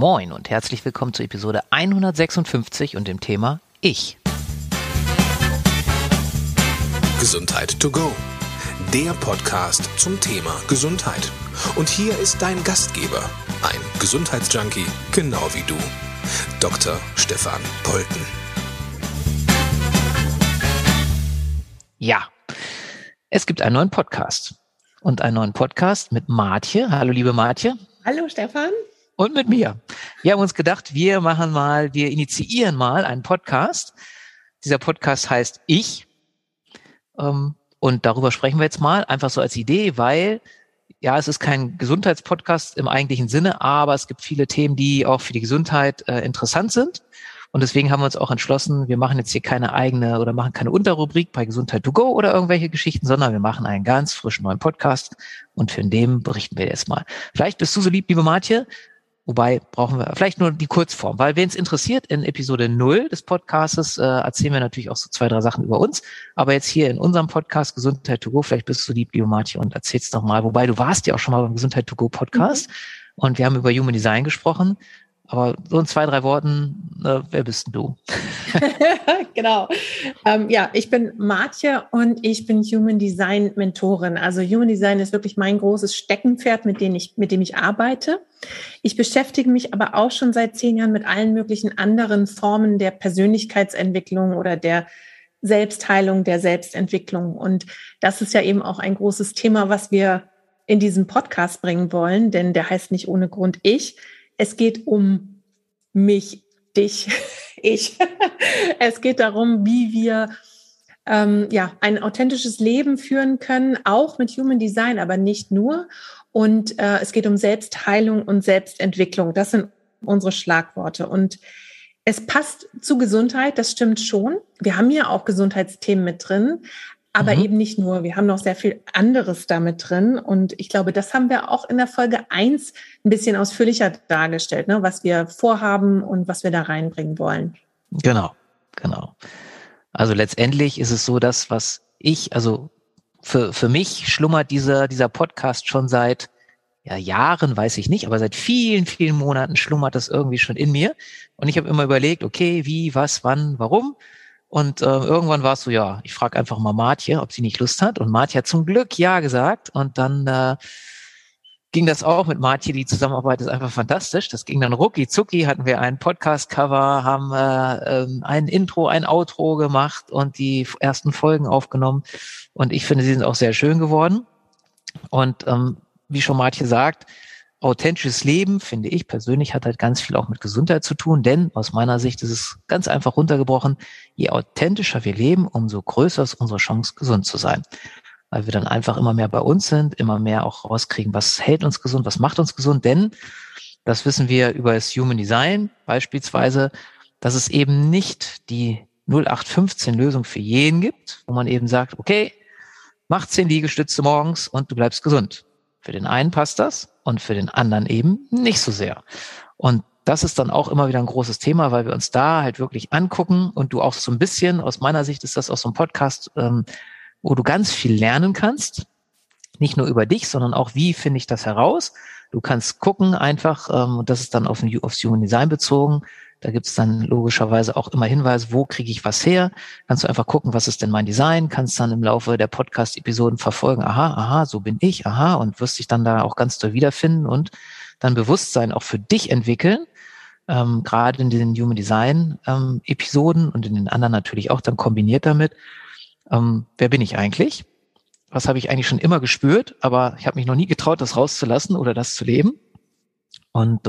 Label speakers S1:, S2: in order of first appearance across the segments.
S1: Moin und herzlich willkommen zur Episode 156 und dem Thema Ich.
S2: Gesundheit to go, der Podcast zum Thema Gesundheit. Und hier ist dein Gastgeber, ein Gesundheitsjunkie, genau wie du, Dr. Stefan Polten.
S1: Ja, es gibt einen neuen Podcast und einen neuen Podcast mit Martje. Hallo liebe Martje.
S3: Hallo Stefan.
S1: Und mit mir. Wir haben uns gedacht, wir initiieren mal einen Podcast. Dieser Podcast heißt Ich. Und darüber sprechen wir jetzt mal, einfach so als Idee, weil, ja, es ist kein Gesundheitspodcast im eigentlichen Sinne, aber es gibt viele Themen, die auch für die Gesundheit interessant sind. Und deswegen haben wir uns auch entschlossen, wir machen jetzt hier keine eigene oder machen keine Unterrubrik bei Gesundheit to go oder irgendwelche Geschichten, sondern wir machen einen ganz frischen neuen Podcast und für den berichten wir jetzt mal. Vielleicht bist du so lieb, liebe Martje. Wobei brauchen wir vielleicht nur die Kurzform, weil wen es interessiert, in Episode 0 des Podcastes erzählen wir natürlich auch so 2, 3 Sachen über uns. Aber jetzt hier in unserem Podcast Gesundheit to go, vielleicht bist du lieb, liebe Martje, und erzählst doch mal. Wobei, du warst ja auch schon mal beim Gesundheit to go Podcast und wir haben über Human Design gesprochen. Aber so in 2, 3 Worten, wer bist denn du?
S3: Genau. Ich bin Martje und ich bin Human Design Mentorin. Also Human Design ist wirklich mein großes Steckenpferd, mit dem ich arbeite. Ich beschäftige mich aber auch schon seit 10 Jahren mit allen möglichen anderen Formen der Persönlichkeitsentwicklung oder der Selbstheilung, der Selbstentwicklung. Und das ist ja eben auch ein großes Thema, was wir in diesen Podcast bringen wollen, denn der heißt nicht ohne Grund Ich. Es geht um mich, dich, ich. Es geht darum, wie wir ein authentisches Leben führen können, auch mit Human Design, aber nicht nur. Und es geht um Selbstheilung und Selbstentwicklung. Das sind unsere Schlagworte. Und es passt zu Gesundheit, das stimmt schon. Wir haben ja auch Gesundheitsthemen mit drin. Aber eben nicht nur, wir haben noch sehr viel anderes damit drin. Und ich glaube, das haben wir auch in der Folge 1 ein bisschen ausführlicher dargestellt, ne? Was wir vorhaben und was wir da reinbringen wollen.
S1: Genau. Also letztendlich ist es so, für mich schlummert dieser Podcast schon seit Jahren, weiß ich nicht, aber seit vielen, vielen Monaten schlummert das irgendwie schon in mir. Und ich habe immer überlegt, okay, wie, was, wann, warum? Und irgendwann war es so, ich frage einfach mal Martje, ob sie nicht Lust hat. Und Martje hat zum Glück ja gesagt. Und dann ging das auch mit Martje. Die Zusammenarbeit ist einfach fantastisch. Das ging dann rucki zucki, hatten wir ein Podcast-Cover, haben ein Intro, ein Outro gemacht und die ersten Folgen aufgenommen. Und ich finde, sie sind auch sehr schön geworden. Und wie schon Martje sagt, authentisches Leben, finde ich persönlich, hat halt ganz viel auch mit Gesundheit zu tun, denn aus meiner Sicht ist es ganz einfach runtergebrochen, je authentischer wir leben, umso größer ist unsere Chance, gesund zu sein. Weil wir dann einfach immer mehr bei uns sind, immer mehr auch rauskriegen, was hält uns gesund, was macht uns gesund, denn das wissen wir über das Human Design beispielsweise, dass es eben nicht die 0815-Lösung für jeden gibt, wo man eben sagt, okay, mach 10 Liegestütze morgens und du bleibst gesund. Für den einen passt das und für den anderen eben nicht so sehr. Und das ist dann auch immer wieder ein großes Thema, weil wir uns da halt wirklich angucken und du auch so ein bisschen, aus meiner Sicht ist das auch so ein Podcast, wo du ganz viel lernen kannst. Nicht nur über dich, sondern auch, wie finde ich das heraus? Du kannst gucken einfach, und das ist dann aufs Human Design bezogen. Da gibt es dann logischerweise auch immer Hinweise, wo kriege ich was her? Kannst du einfach gucken, was ist denn mein Design? Kannst dann im Laufe der Podcast-Episoden verfolgen, aha, so bin ich, und wirst dich dann da auch ganz doll wiederfinden und dann Bewusstsein auch für dich entwickeln, gerade in den Human Design Episoden und in den anderen natürlich auch dann kombiniert damit. Wer bin ich eigentlich? Was habe ich eigentlich schon immer gespürt, aber ich habe mich noch nie getraut, das rauszulassen oder das zu leben. Und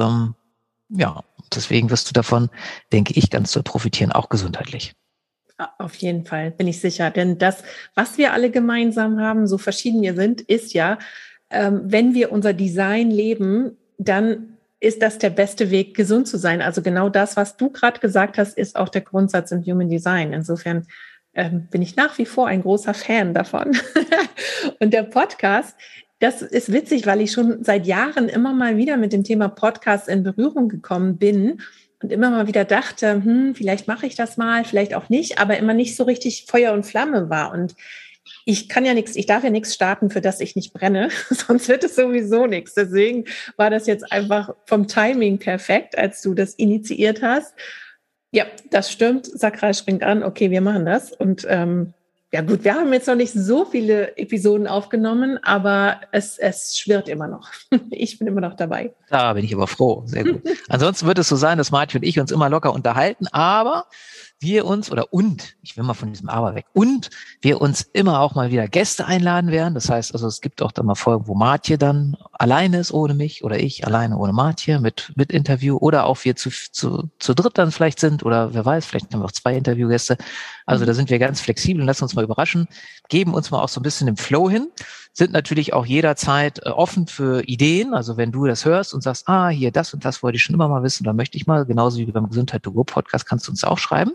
S1: deswegen wirst du davon, denke ich, ganz doll profitieren, auch gesundheitlich.
S3: Auf jeden Fall, bin ich sicher. Denn das, was wir alle gemeinsam haben, so verschieden wir sind, ist ja, wenn wir unser Design leben, dann ist das der beste Weg, gesund zu sein. Also genau das, was du gerade gesagt hast, ist auch der Grundsatz im Human Design. Insofern bin ich nach wie vor ein großer Fan davon. Und der Podcast, das ist witzig, weil ich schon seit Jahren immer mal wieder mit dem Thema Podcast in Berührung gekommen bin und immer mal wieder dachte, vielleicht mache ich das mal, vielleicht auch nicht, aber immer nicht so richtig Feuer und Flamme war. Und ich darf ja nichts starten, für das ich nicht brenne, sonst wird es sowieso nichts. Deswegen war das jetzt einfach vom Timing perfekt, als du das initiiert hast. Ja, das stimmt. Sakral springt an. Okay, wir machen das. Und ja gut, wir haben jetzt noch nicht so viele Episoden aufgenommen, aber es schwirrt immer noch. Ich bin immer noch dabei.
S1: Da bin ich aber froh. Sehr gut. Ansonsten wird es so sein, dass Martin und ich uns immer locker unterhalten, aber wir uns, ich will mal von diesem Aber weg, und wir uns immer auch mal wieder Gäste einladen werden. Das heißt, also es gibt auch dann mal Folgen, wo Martje dann alleine ist ohne mich oder ich alleine ohne Martje mit Interview oder auch wir zu dritt dann vielleicht sind oder wer weiß, vielleicht haben wir auch 2 Interviewgäste. Also da sind wir ganz flexibel und lassen uns mal überraschen, geben uns mal auch so ein bisschen den Flow hin, sind natürlich auch jederzeit offen für Ideen. Also wenn du das hörst und sagst, hier das und das wollte ich schon immer mal wissen, da möchte ich mal, genauso wie beim Gesundheit to go Podcast, kannst du uns auch schreiben.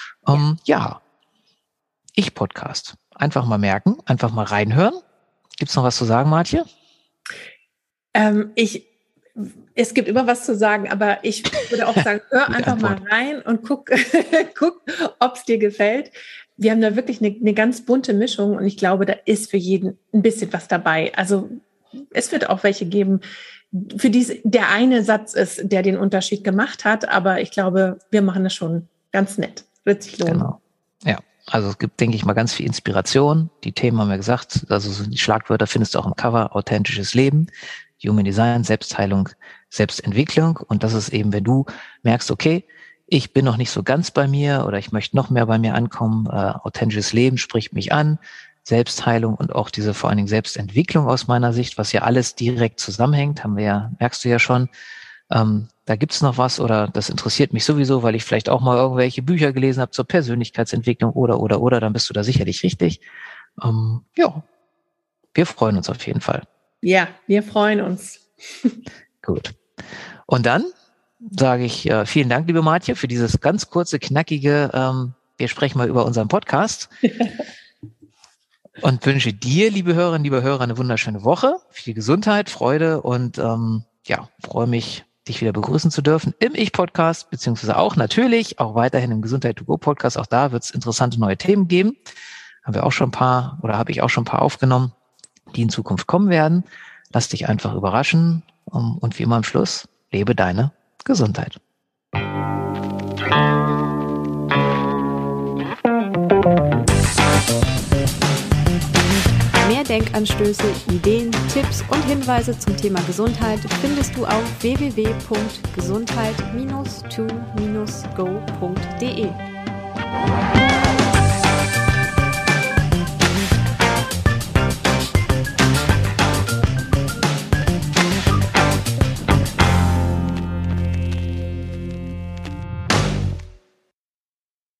S1: Ich Podcast. Einfach mal merken, einfach mal reinhören. Gibt's noch was zu sagen, Martje?
S3: Es gibt immer was zu sagen, aber ich würde auch sagen, hör einfach mal rein und guck, ob es dir gefällt. Wir haben da wirklich eine ganz bunte Mischung und ich glaube, da ist für jeden ein bisschen was dabei. Also es wird auch welche geben, für die der eine Satz ist, der den Unterschied gemacht hat, aber ich glaube, wir machen das schon ganz nett. Wird sich lohnen.
S1: Genau. Ja, also es gibt, denke ich mal, ganz viel Inspiration. Die Themen haben wir gesagt, also die Schlagwörter findest du auch im Cover: authentisches Leben, Human Design, Selbstheilung, Selbstentwicklung. Und das ist eben, wenn du merkst, okay, ich bin noch nicht so ganz bei mir oder ich möchte noch mehr bei mir ankommen, authentisches Leben spricht mich an, Selbstheilung und auch diese vor allen Dingen Selbstentwicklung aus meiner Sicht, was ja alles direkt zusammenhängt, merkst du ja schon. Da gibt's noch was oder das interessiert mich sowieso, weil ich vielleicht auch mal irgendwelche Bücher gelesen habe zur Persönlichkeitsentwicklung oder, dann bist du da sicherlich richtig. Wir freuen uns auf jeden Fall.
S3: Ja, wir freuen uns.
S1: Gut. Und dann sage ich vielen Dank, liebe Martje, für dieses ganz kurze, knackige, wir sprechen mal über unseren Podcast. Und wünsche dir, liebe Hörerinnen, liebe Hörer, eine wunderschöne Woche, viel Gesundheit, Freude und freue mich, dich wieder begrüßen zu dürfen im Ich-Podcast, beziehungsweise auch natürlich, auch weiterhin im Gesundheit to go Podcast. Auch da wird es interessante neue Themen geben. Habe ich auch schon ein paar aufgenommen, die in Zukunft kommen werden. Lass dich einfach überraschen und wie immer am Schluss, lebe deine Gesundheit.
S4: Mehr Denkanstöße, Ideen, Tipps und Hinweise zum Thema Gesundheit findest du auf www.gesundheit-to-go.de.